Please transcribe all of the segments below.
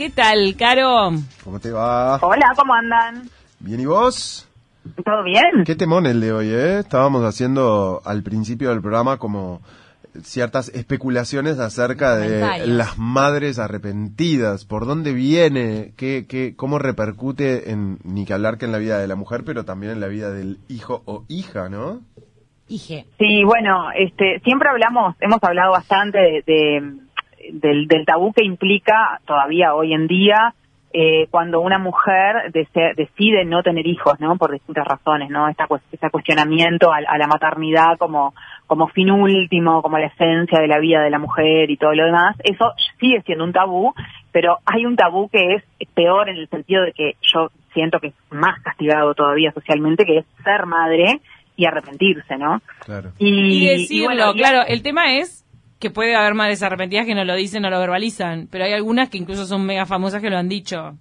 ¿Qué tal, Caro? ¿Cómo te va? Hola, ¿cómo andan? ¿Bien y vos? ¿Todo bien? Qué temón el de hoy, ¿eh? Estábamos haciendo al principio del programa como ciertas especulaciones acerca de las madres arrepentidas. ¿Por dónde viene? ¿Cómo repercute en, ni que hablar que en la vida de la mujer, pero también en la vida del hijo o hija, ¿no? Hije. Sí, bueno, siempre hemos hablado bastante del tabú que implica todavía hoy en día cuando una mujer decide no tener hijos, ¿no? Por distintas razones, ¿no? Este cuestionamiento a la maternidad como fin último, como la esencia de la vida de la mujer y todo lo demás. Eso sigue siendo un tabú, pero hay un tabú que es peor en el sentido de que yo siento que es más castigado todavía socialmente, que es ser madre y arrepentirse, ¿no? Claro. Y decirlo, bueno, claro, el tema es que puede haber madres arrepentidas que no lo dicen, no lo verbalizan, pero hay algunas que incluso son mega famosas que lo han dicho.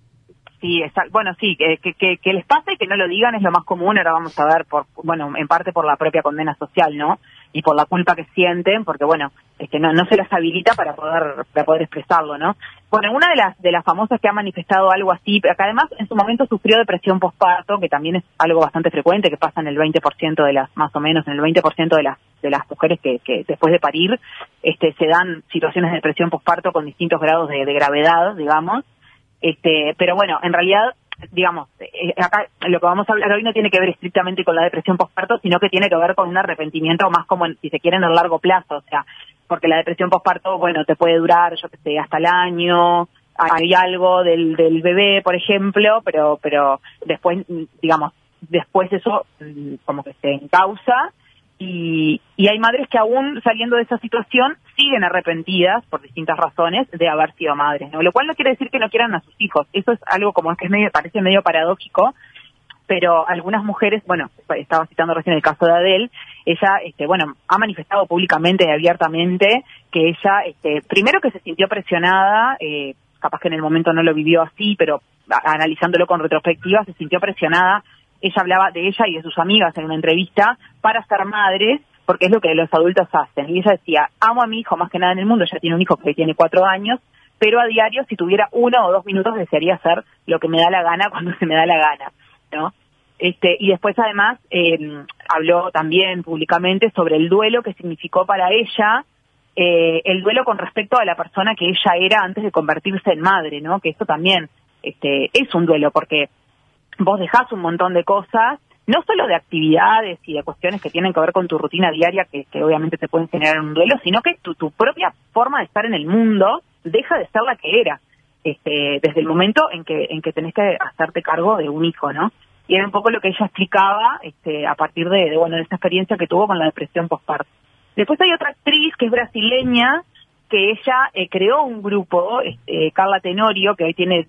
Sí, bueno, sí, que les pase y que no lo digan es lo más común. Ahora vamos a ver, en parte por la propia condena social, ¿no? Y por la culpa que sienten, porque bueno, no se las habilita para poder expresarlo, ¿no? Bueno, una de las famosas que ha manifestado algo así, pero que además en su momento sufrió depresión postparto, que también es algo bastante frecuente, que pasa en el 20% de las, más o menos, en el 20% de las mujeres que después de parir, se dan situaciones de depresión postparto con distintos grados de gravedad, digamos. Pero bueno, en realidad, digamos, acá lo que vamos a hablar hoy no tiene que ver estrictamente con la depresión postparto, sino que tiene que ver con un arrepentimiento más como, si se quiere, en el largo plazo, o sea, porque la depresión postparto, bueno, te puede durar, yo que sé, hasta el año, hay algo del bebé, por ejemplo, pero después, digamos, después eso como que se encausa. Y hay madres que aún saliendo de esa situación siguen arrepentidas por distintas razones de haber sido madres, ¿no? Lo cual no quiere decir que no quieran a sus hijos. Eso es algo como que parece medio paradójico, pero algunas mujeres, bueno, estaba citando recién el caso de Adele, ella, ha manifestado públicamente y abiertamente que ella, primero que se sintió presionada, capaz que en el momento no lo vivió así, pero analizándolo con retrospectiva, se sintió presionada. Ella hablaba de ella y de sus amigas en una entrevista para ser madres, porque es lo que los adultos hacen. Y ella decía, amo a mi hijo más que nada en el mundo, ya tiene un hijo que tiene 4 años, pero a diario, si tuviera 1 o 2 minutos, desearía hacer lo que me da la gana cuando se me da la gana, ¿no? Y después además habló también públicamente sobre el duelo que significó para ella, el duelo con respecto a la persona que ella era antes de convertirse en madre, ¿no? Que eso también es un duelo, porque vos dejás un montón de cosas, no solo de actividades y de cuestiones que tienen que ver con tu rutina diaria, que obviamente te pueden generar un duelo, sino que tu propia forma de estar en el mundo deja de ser la que era, desde el momento en que tenés que hacerte cargo de un hijo, ¿no? Y era un poco lo que ella explicaba a partir de esta experiencia que tuvo con la depresión postparto. Después hay otra actriz que es brasileña, que ella creó un grupo, Carla Tenorio, que hoy tiene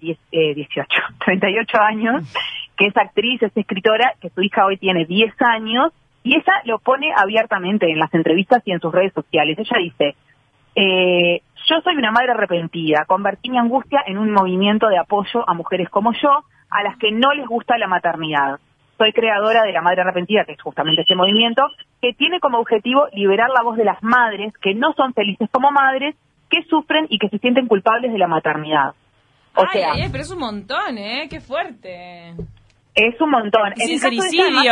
38 años, que es actriz, es escritora, que su hija hoy tiene 10 años, y ella lo pone abiertamente en las entrevistas y en sus redes sociales. Ella dice, yo soy una madre arrepentida, convertí mi angustia en un movimiento de apoyo a mujeres como yo, a las que no les gusta la maternidad. Soy creadora de La Madre Arrepentida, que es justamente ese movimiento, que tiene como objetivo liberar la voz de las madres que no son felices como madres, que sufren y que se sienten culpables de la maternidad. Pero es un montón, ¡qué fuerte! Es un montón. Sincericidio.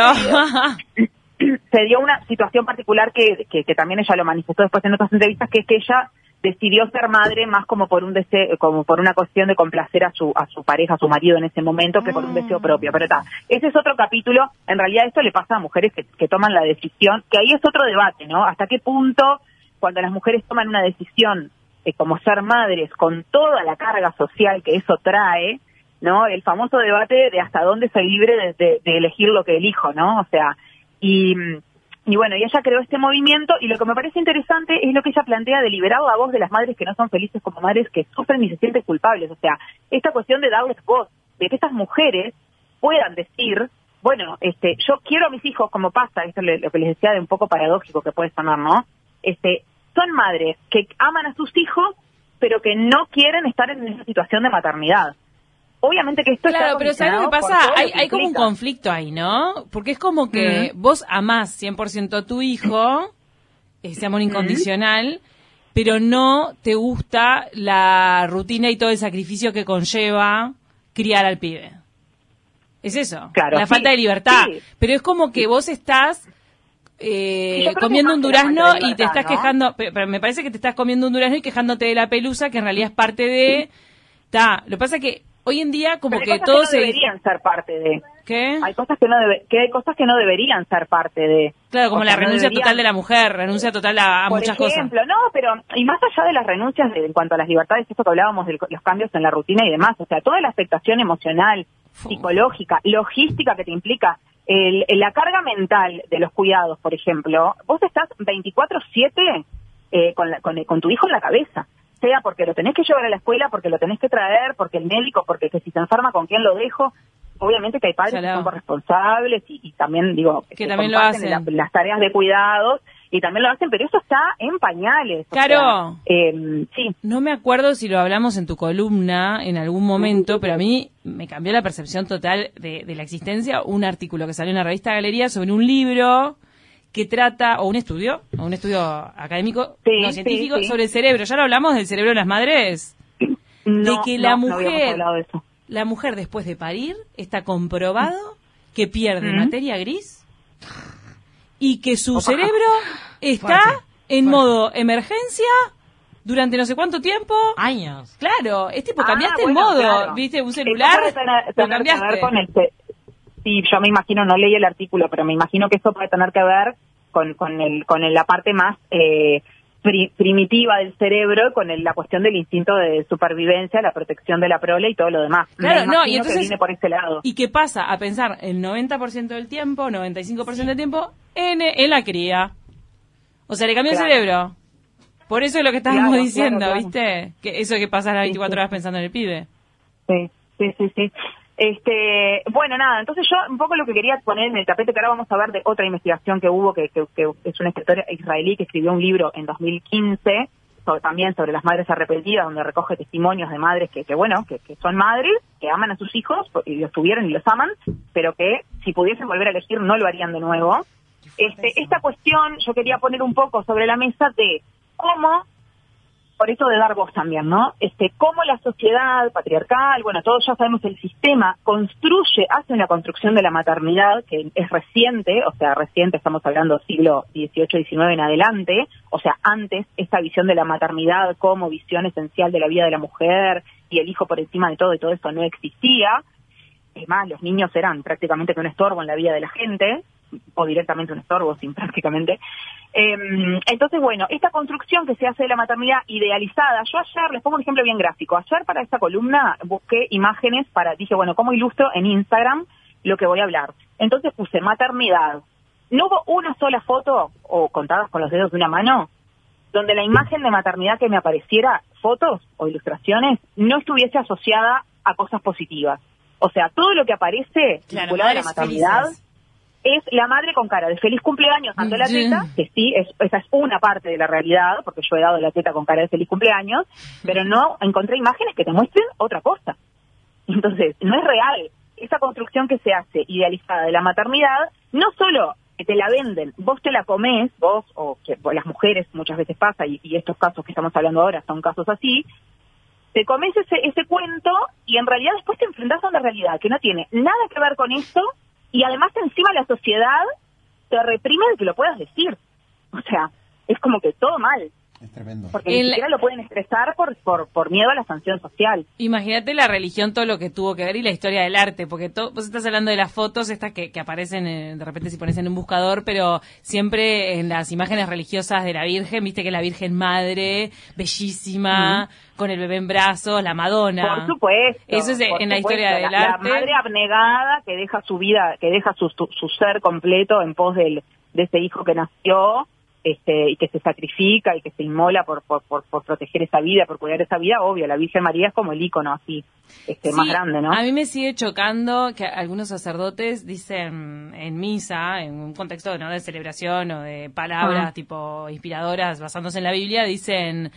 Se dio una situación particular que también ella lo manifestó después en otras entrevistas, que es que ella decidió ser madre más como por un deseo, como por una cuestión de complacer a su pareja, a su marido en ese momento, que por un deseo propio. Pero ese es otro capítulo. En realidad esto le pasa a mujeres que toman la decisión, que ahí es otro debate, ¿no? Hasta qué punto, cuando las mujeres toman una decisión como ser madres, con toda la carga social que eso trae, ¿no? El famoso debate de hasta dónde soy libre de elegir lo que elijo, ¿no? O sea, y bueno, y ella creó este movimiento, y lo que me parece interesante es lo que ella plantea de liberar la voz de las madres que no son felices como madres, que sufren y se sienten culpables. O sea, esta cuestión de darles voz, de que estas mujeres puedan decir, bueno, yo quiero a mis hijos, como pasa, esto es lo que les decía de un poco paradójico que puede sonar, ¿no? Son madres que aman a sus hijos, pero que no quieren estar en esa situación de maternidad. Obviamente que esto claro, pero ¿sabes lo que pasa? Hay como un conflicto ahí, ¿no? Porque es como que vos amás 100% a tu hijo, ese amor incondicional, pero no te gusta la rutina y todo el sacrificio que conlleva criar al pibe. Es eso, claro, la falta de libertad. Sí. Pero es como que vos estás comiendo un durazno y te estás quejando, pero me parece que te estás comiendo un durazno y quejándote de la pelusa, que en realidad es parte de... Lo que pasa es que hoy en día como que todos no deberían ser parte de... ¿Qué? Hay cosas que no deberían ser parte de... Claro, como la renuncia total de la mujer, renuncia total a muchas cosas. Por ejemplo, no, pero y más allá de las renuncias en cuanto a las libertades, esto que hablábamos de los cambios en la rutina y demás, o sea, toda la afectación emocional, psicológica, logística que te implica, la carga mental de los cuidados, por ejemplo, vos estás 24/7 con tu hijo en la cabeza. Sea porque lo tenés que llevar a la escuela, porque lo tenés que traer, porque el médico, porque que si se enferma, ¿con quién lo dejo? Obviamente que hay padres que son corresponsables y también, digo, que también lo hacen. Las tareas de cuidados y también lo hacen, pero eso está en pañales. Claro. Sí. No me acuerdo si lo hablamos en tu columna en algún momento, pero a mí me cambió la percepción total de la existencia un artículo que salió en la revista Galería sobre un libro que trata, o un estudio académico, no científico, sobre el cerebro. ¿Ya lo hablamos del cerebro de las madres? No, de que no habíamos hablado de eso. La mujer después de parir está comprobado que pierde materia gris y que su cerebro está en modo emergencia durante no sé cuánto tiempo. Años. Claro, es tipo, cambiaste el modo, claro. ¿Viste? Un celular, lo cambiaste. Sí, yo me imagino, no leí el artículo, pero me imagino que eso puede tener que ver con la parte más primitiva del cerebro, con la cuestión del instinto de supervivencia, la protección de la prole y todo lo demás. Claro, no, y entonces, que viene por ese lado. ¿Y qué pasa? A pensar el 90% del tiempo, 95% del tiempo, en la cría. O sea, le cambió el cerebro. Por eso es lo que estábamos diciendo, claro. ¿Viste? Que eso que pasa las 24 horas pensando en el pibe. Sí. Bueno, nada, entonces yo un poco lo que quería poner en el tapete, que ahora vamos a ver de otra investigación que hubo, que es una escritora israelí que escribió un libro en 2015, también sobre las madres arrepentidas, donde recoge testimonios de madres que son madres, que aman a sus hijos, y los tuvieron y los aman, pero que si pudiesen volver a elegir no lo harían de nuevo. Esta cuestión yo quería poner un poco sobre la mesa de cómo, por eso de dar voz también, ¿no? Cómo la sociedad patriarcal, bueno, todos ya sabemos, el sistema hace una construcción de la maternidad que es reciente, estamos hablando siglo XVIII, XIX en adelante, o sea, antes esta visión de la maternidad como visión esencial de la vida de la mujer y el hijo por encima de todo y todo eso no existía. Es más, los niños eran prácticamente un estorbo en la vida de la gente, o directamente un estorbo, sin prácticamente. Entonces, bueno, esta construcción que se hace de la maternidad idealizada, yo ayer, les pongo un ejemplo bien gráfico, ayer para esta columna busqué imágenes dije, bueno, ¿cómo ilustro en Instagram lo que voy a hablar? Entonces puse maternidad. No hubo una sola foto, o contadas con los dedos de una mano, donde la imagen de maternidad que me apareciera, fotos o ilustraciones, no estuviese asociada a cosas positivas. O sea, todo lo que aparece vinculado a la maternidad es la madre con cara de feliz cumpleaños dando la teta, que sí, esa es una parte de la realidad, porque yo he dado la teta con cara de feliz cumpleaños, pero no encontré imágenes que te muestren otra cosa. Entonces, no es real. Esa construcción que se hace idealizada de la maternidad, no solo que te la venden, vos te la comés, vos, o que las mujeres muchas veces pasa, y estos casos que estamos hablando ahora son casos así, te comes ese cuento y en realidad después te enfrentás a una realidad que no tiene nada que ver con eso, y además encima la sociedad te reprime de que lo puedas decir. O sea, es como que todo mal. Es tremendo. Porque ni siquiera lo pueden expresar por miedo a la sanción social. Imagínate la religión, todo lo que tuvo que ver, y la historia del arte, porque vos estás hablando de las fotos estas que aparecen de repente si pones en un buscador, pero siempre en las imágenes religiosas de la Virgen, viste que la Virgen Madre, bellísima, con el bebé en brazos, la Madonna. Por supuesto. Eso es en la historia del arte. La madre abnegada que deja su vida, que deja su ser completo en pos de ese hijo que nació, y que se sacrifica y que se inmola por proteger esa vida, por cuidar esa vida. Obvio, la Virgen María es como el ícono así, más grande, ¿no? A mí me sigue chocando que algunos sacerdotes dicen en misa, en un contexto, ¿no?, de celebración o de palabras tipo inspiradoras basándose en la Biblia, dicen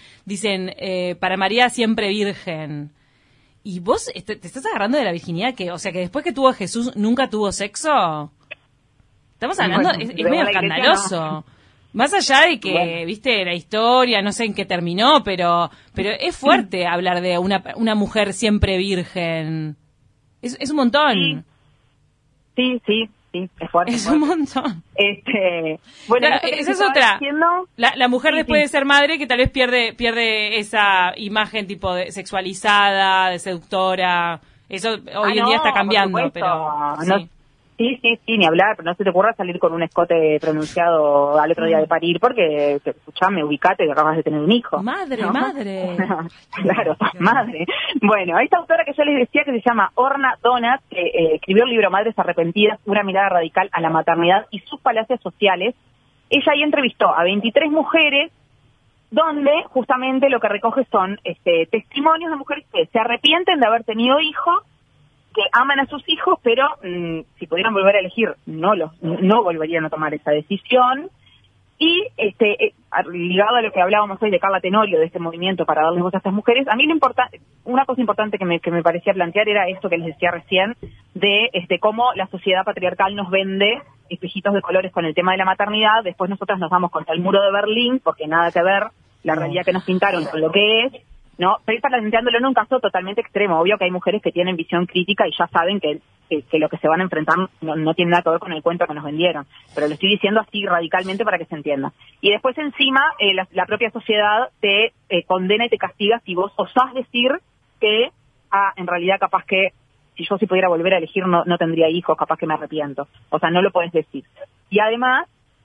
para María siempre virgen. ¿Y vos te estás agarrando de la virginidad que, o sea, que después que tuvo Jesús nunca tuvo sexo? Estamos hablando, es medio escandaloso. No. Más allá de que, viste, la historia, no sé en qué terminó, pero es fuerte hablar de una mujer siempre virgen. Es un montón. Sí, es fuerte. Es un montón. Bueno, esa es otra. Diciendo... La mujer después de ser madre que tal vez pierde esa imagen tipo de sexualizada, de seductora. Eso hoy en día está cambiando, pero... Sí, ni hablar, pero no se te ocurra salir con un escote pronunciado al otro día de parir, porque, escuchame, ubicate que acabas de tener un hijo. Madre. Claro, madre. Bueno, esta autora que yo les decía que se llama Orna Donat, que escribió el libro Madres Arrepentidas, una mirada radical a la maternidad y sus falacias sociales. Ella ahí entrevistó a 23 mujeres, donde justamente lo que recoge son testimonios de mujeres que se arrepienten de haber tenido hijos, que aman a sus hijos, pero si pudieran volver a elegir, no volverían a tomar esa decisión. Y ligado a lo que hablábamos hoy de Carla Tenorio, de este movimiento para darles voz a estas mujeres, a mí una cosa importante que me parecía plantear era esto que les decía recién, de cómo la sociedad patriarcal nos vende espejitos de colores con el tema de la maternidad. Después nosotras nos vamos contra el muro de Berlín, porque nada que ver la realidad que nos pintaron con lo que es, ¿no? Pero está planteándolo en un caso totalmente extremo. Obvio que hay mujeres que tienen visión crítica y ya saben que lo que se van a enfrentar no tiene nada que ver con el cuento que nos vendieron. Pero lo estoy diciendo así radicalmente para que se entienda. Y después encima la propia sociedad te condena y te castiga si vos osás decir que, en realidad capaz que si pudiera volver a elegir no tendría hijos, capaz que me arrepiento. O sea, no lo podés decir. Y además,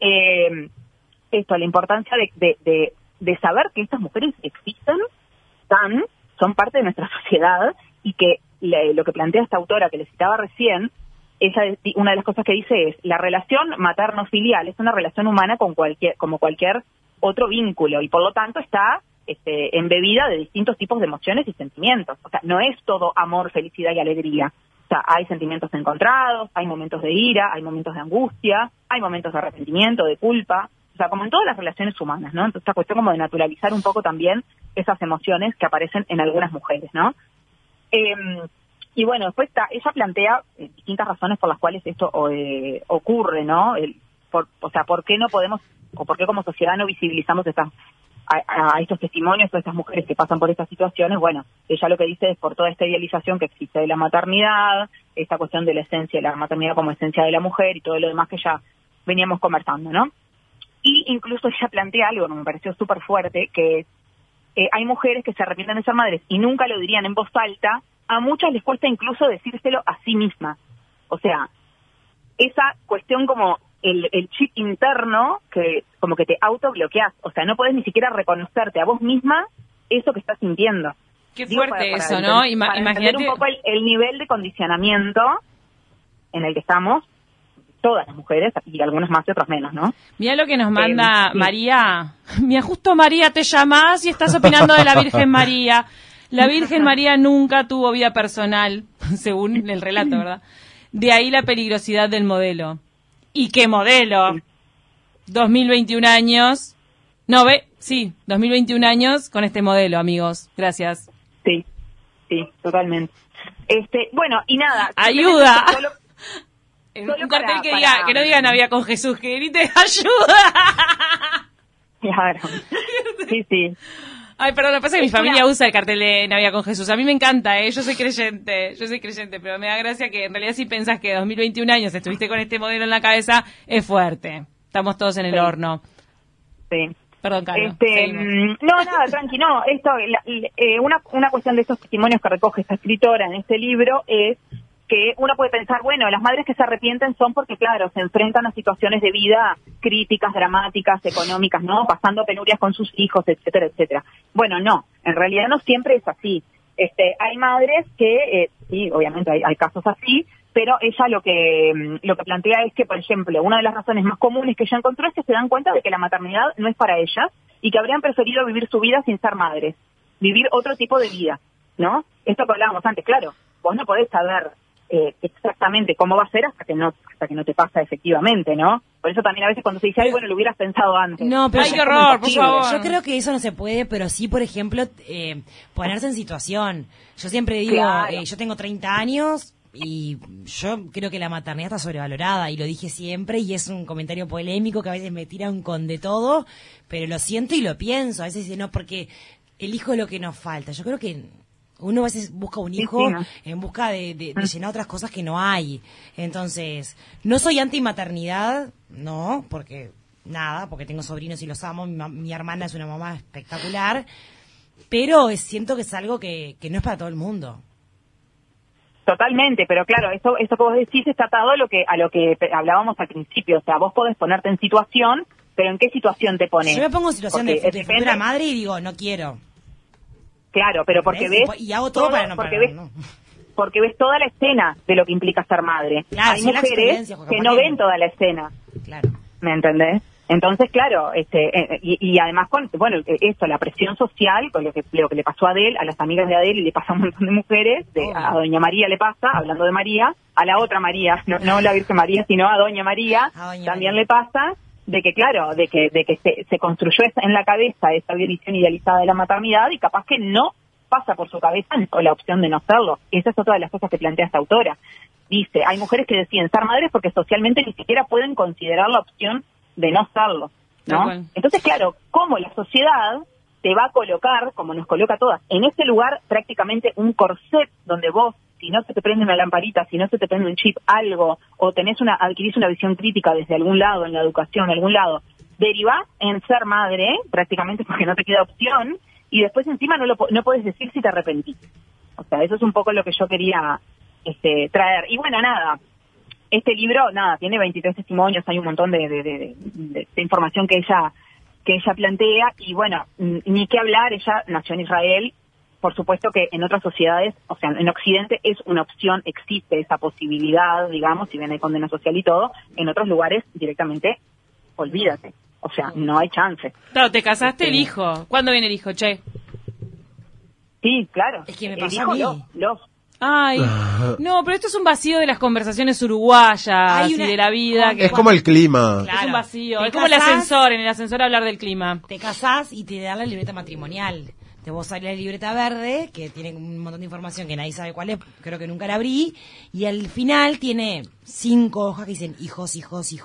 la importancia de saber que estas mujeres existen, son parte de nuestra sociedad, y que lo que plantea esta autora que le citaba recién, una de las cosas que dice es: la relación materno-filial es una relación humana como cualquier otro vínculo, y por lo tanto está embebida de distintos tipos de emociones y sentimientos. O sea, no es todo amor, felicidad y alegría. O sea, hay sentimientos encontrados, hay momentos de ira, hay momentos de angustia, hay momentos de arrepentimiento, de culpa. O sea, como en todas las relaciones humanas, ¿no? Entonces, esta cuestión como de naturalizar un poco también esas emociones que aparecen en algunas mujeres, ¿no? Y bueno, después ella plantea distintas razones por las cuales esto ocurre, ¿no? ¿Por qué no podemos, o por qué como sociedad no visibilizamos a estos testimonios o a estas mujeres que pasan por estas situaciones? Bueno, ella lo que dice es por toda esta idealización que existe de la maternidad, esta cuestión de la esencia de la maternidad como esencia de la mujer y todo lo demás que ya veníamos conversando, ¿no? Y incluso ella plantea algo que me pareció súper fuerte, que es, hay mujeres que se arrepienten de ser madres y nunca lo dirían en voz alta. A muchas les cuesta incluso decírselo a sí mismas. O sea, esa cuestión como el chip interno que como que te autobloqueas. O sea, no podés ni siquiera reconocerte a vos misma eso que estás sintiendo. Qué fuerte eso, ¿no? Imagínate un poco el nivel de condicionamiento en el que estamos todas las mujeres, y algunas más y otras menos, ¿no? Mira lo que nos manda María. Mira, justo María, te llamás y estás opinando de la Virgen María. La Virgen María nunca tuvo vida personal, según el relato, ¿verdad? De ahí la peligrosidad del modelo. ¿Y qué modelo? 2021 años. 2021 años con este modelo, amigos. Gracias. Sí, totalmente. Bueno, y nada. ¡Ayuda! Un cartel que no diga Navidad con Jesús, que grite ¡ayuda! Claro. Sí. Ay, perdón, lo que pasa es que mi familia usa el cartel de Navidad con Jesús. A mí me encanta, yo soy creyente, pero me da gracia que en realidad si pensás que 2021 años estuviste con este modelo en la cabeza, es fuerte. Estamos todos en el horno. Sí. Perdón, Carlos. No, nada, tranqui, no. Una cuestión de estos testimonios que recoge esta escritora en este libro es que uno puede pensar, bueno, las madres que se arrepienten son porque, claro, se enfrentan a situaciones de vida críticas, dramáticas, económicas, ¿no? Pasando penurias con sus hijos, etcétera, etcétera. Bueno, no, en realidad no siempre es así. Hay madres que, sí, obviamente hay casos así, pero ella lo que plantea es que, por ejemplo, una de las razones más comunes que ella encontró es que se dan cuenta de que la maternidad no es para ellas y que habrían preferido vivir su vida sin ser madres, vivir otro tipo de vida, ¿no? Esto que hablábamos antes, claro, vos no podés saber exactamente cómo va a ser hasta que no te pasa efectivamente, ¿no? Por eso también a veces cuando se dice, ay, bueno, lo hubieras pensado antes. No, pero qué horror, por favor. Yo creo que eso no se puede, pero sí, por ejemplo, ponerse en situación. Yo siempre digo, claro. Yo tengo 30 años, Y yo creo que la maternidad está sobrevalorada, y lo dije siempre, y es un comentario polémico que a veces me tiran con de todo, pero lo siento y lo pienso. A veces dice, no, porque el hijo es lo que nos falta. Yo creo que uno a veces busca un hijo en busca de llenar otras cosas que no hay. Entonces, no soy anti-maternidad, no, porque tengo sobrinos y los amo. Mi hermana es una mamá espectacular, pero siento que es algo que no es para todo el mundo. Totalmente, pero claro, eso que vos decís está atado a lo que hablábamos al principio. O sea, vos podés ponerte en situación, pero ¿en qué situación te pones? Yo me pongo en situación de futura madre y digo, no quiero. Claro, pero porque ves... Y hago todo para no porque parar, ves, ¿no? Porque ves toda la escena de lo que implica ser madre. Claro, hay mujeres que no ven toda la escena. Claro. ¿Me entendés? Entonces, claro, y además esto, la presión social, con lo que le pasó a Adele, a las amigas de Adele, y le pasa a un montón de mujeres, a Doña María le pasa, hablando de María, a la otra María, no la Virgen María, sino a Doña María, también le pasa, de que claro, de que se construyó en la cabeza esa visión idealizada de la maternidad, y capaz que no pasa por su cabeza la opción de no serlo. Esa es otra de las cosas que plantea esta autora. Dice, hay mujeres que deciden ser madres porque socialmente ni siquiera pueden considerar la opción de no serlo, ¿no? Entonces, claro, ¿cómo la sociedad te va a colocar, como nos coloca a todas, en este lugar prácticamente un corset donde vos, si no se te prende una lamparita, si no se te prende un chip, algo, o adquirís una visión crítica desde algún lado, en la educación, en algún lado, derivás en ser madre, prácticamente porque no te queda opción, y después encima no puedes decir si te arrepentís. O sea, eso es un poco lo que yo quería traer. Y bueno, nada, este libro, tiene 23 testimonios, hay un montón de información que ella plantea, y bueno, ni qué hablar, ella nació en Israel, por supuesto que en otras sociedades, o sea, en Occidente es una opción, existe esa posibilidad, digamos, si bien hay condena social y todo, en otros lugares directamente, olvídate, o sea, no hay chance. Claro, te casaste el hijo, ¿cuándo viene el hijo, che? Sí, claro. Es que me pasó a mí. Ay, no, pero esto es un vacío de las conversaciones uruguayas y de la vida. Es como el clima. Claro. Es un vacío, es como el ascensor, en el ascensor hablar del clima. Te casás y te dan la libreta matrimonial. Te vos salís la libreta verde, que tiene un montón de información que nadie sabe cuál es, creo que nunca la abrí, y al final tiene 5 hojas que dicen hijos.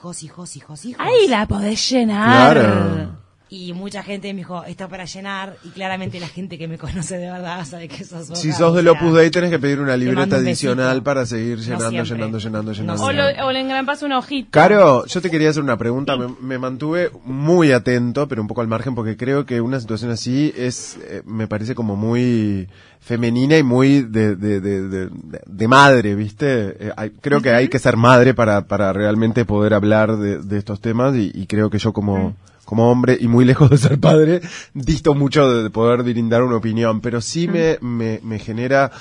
¡Ay, la podés llenar! Claro. Y mucha gente me dijo, está para llenar, y claramente la gente que me conoce de verdad sabe que sos vos. Si sos del Opus Dei tenés que pedir una libreta adicional para seguir llenando. O le engrampas una hojita. Caro, yo te quería hacer una pregunta, me mantuve muy atento, pero un poco al margen, porque creo que una situación así me parece como muy femenina y muy de madre, ¿viste? Creo que hay que ser madre para realmente poder hablar de estos temas, y creo que yo como hombre, y muy lejos de ser padre, disto mucho de poder brindar una opinión, pero sí me genera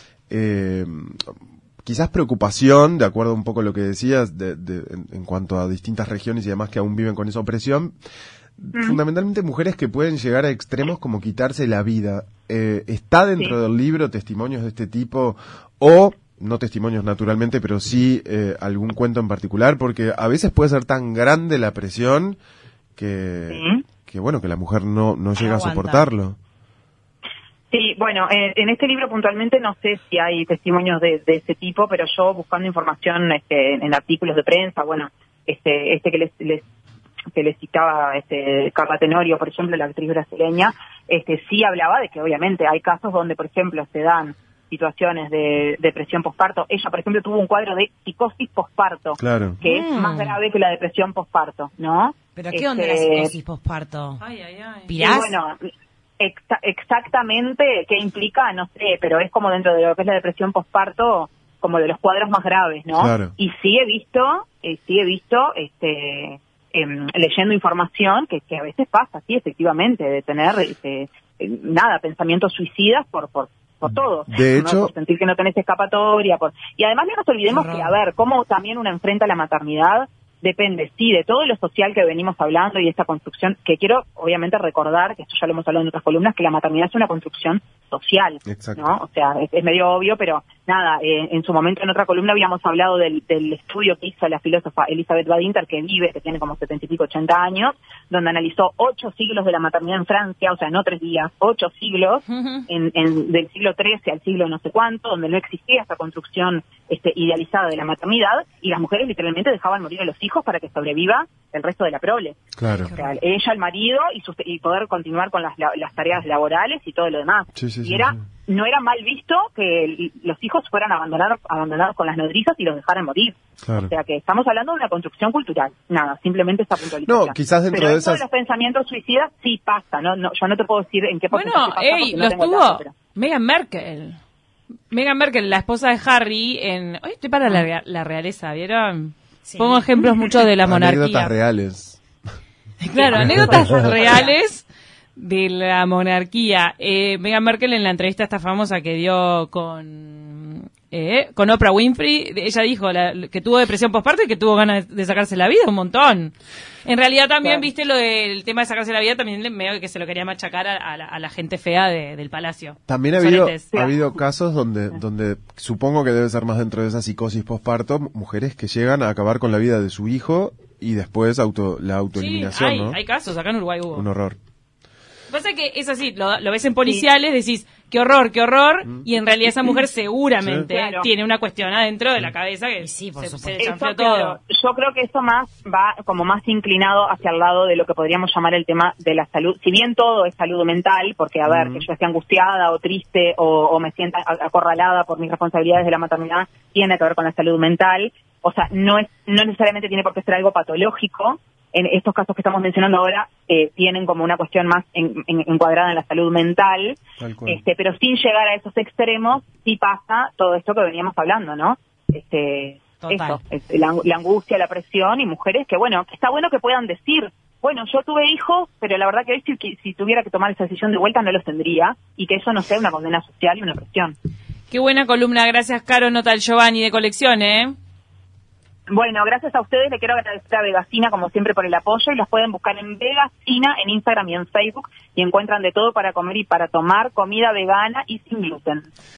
quizás preocupación, de acuerdo un poco a lo que decías, en cuanto a distintas regiones y demás que aún viven con esa opresión, fundamentalmente mujeres que pueden llegar a extremos como quitarse la vida. ¿Está dentro del libro testimonios de este tipo, o no testimonios naturalmente, pero sí algún cuento en particular? Porque a veces puede ser tan grande la presión que bueno, que la mujer no llega a soportarlo. Sí, bueno, en este libro puntualmente no sé si hay testimonios de ese tipo, pero yo buscando información en artículos de prensa, bueno, que les citaba Carla Tenorio, por ejemplo, la actriz brasileña, sí hablaba de que obviamente hay casos donde, por ejemplo, se dan situaciones de depresión posparto. Ella, por ejemplo, tuvo un cuadro de psicosis posparto, claro, que es más grave que la depresión posparto, ¿no? ¿Pero qué onda la psicosis posparto? ¿Pirás? Bueno, exactamente qué implica, no sé, pero es como dentro de lo que es la depresión posparto, como de los cuadros más graves, ¿no? Claro. Y sí he visto, leyendo información que a veces pasa, sí, efectivamente, de tener, pensamientos suicidas por todo. De hecho, por sentir que no tenés escapatoria. Y además no nos olvidemos que, a ver, cómo también una enfrenta la maternidad depende, sí, de todo lo social que venimos hablando y esta construcción, que quiero obviamente recordar, que esto ya lo hemos hablado en otras columnas, que la maternidad es una construcción social, exacto, ¿no? O sea, es medio obvio, pero nada, en su momento en otra columna habíamos hablado del estudio que hizo la filósofa Elizabeth Badinter, que tiene como 70 y pico, 80 años, donde analizó 8 siglos de la maternidad en Francia, o sea, no 3 días, 8 siglos, del siglo XIII al siglo no sé cuánto, donde no existía esa construcción idealizada de la maternidad, y las mujeres literalmente dejaban morir a los hijos para que sobreviva el resto de la prole. Claro. O sea, ella, el marido, y poder continuar con las tareas laborales y todo lo demás. No era mal visto que los hijos fueran abandonados con las nodrizas y los dejaran morir. Claro. O sea que estamos hablando de una construcción cultural. Nada, simplemente esa puntualización. No, quizás dentro de esas... los pensamientos suicidas sí pasa, ¿no? Yo no te puedo decir en qué porcentaje pasa, los tuvo Meghan Markle. Meghan Markle, la esposa de Harry, hoy estoy para la realeza, ¿vieron? Sí. Pongo ejemplos mucho de la monarquía. Anécdotas reales. Claro, anécdotas reales de la monarquía. Meghan Markle, en la entrevista esta famosa que dio con Oprah Winfrey, ella dijo que tuvo depresión postparto y que tuvo ganas de sacarse la vida un montón. En realidad también, viste, lo del tema de sacarse la vida, también medio que se lo quería machacar a la gente fea del palacio. También ha habido casos donde supongo que debe ser más dentro de esa psicosis postparto, mujeres que llegan a acabar con la vida de su hijo y después la autoeliminación, sí, ¿no? hay casos, acá en Uruguay hubo. Un horror. Pasa que es así, lo ves en policiales, decís, qué horror, y en realidad esa mujer seguramente tiene una cuestión adentro de la cabeza que se chanfleó todo. Claro, yo creo que eso más va como más inclinado hacia el lado de lo que podríamos llamar el tema de la salud. Si bien todo es salud mental, porque a ver, que yo esté angustiada o triste o me sienta acorralada por mis responsabilidades de la maternidad, tiene que ver con la salud mental. O sea, no necesariamente tiene por qué ser algo patológico. En estos casos que estamos mencionando ahora tienen como una cuestión más encuadrada en la salud mental, pero sin llegar a esos extremos sí pasa todo esto que veníamos hablando, ¿no? La angustia, la presión, y mujeres que está bueno que puedan decir, bueno, yo tuve hijos, pero la verdad que hoy si tuviera que tomar esa decisión de vuelta no los tendría, y que eso no sea una condena social y una presión. Qué buena columna, gracias Caro, nota el Giovanni de Colección, Bueno, gracias a ustedes, le quiero agradecer a Vegacina como siempre por el apoyo, y las pueden buscar en Vegacina en Instagram y en Facebook, y encuentran de todo para comer y para tomar, comida vegana y sin gluten.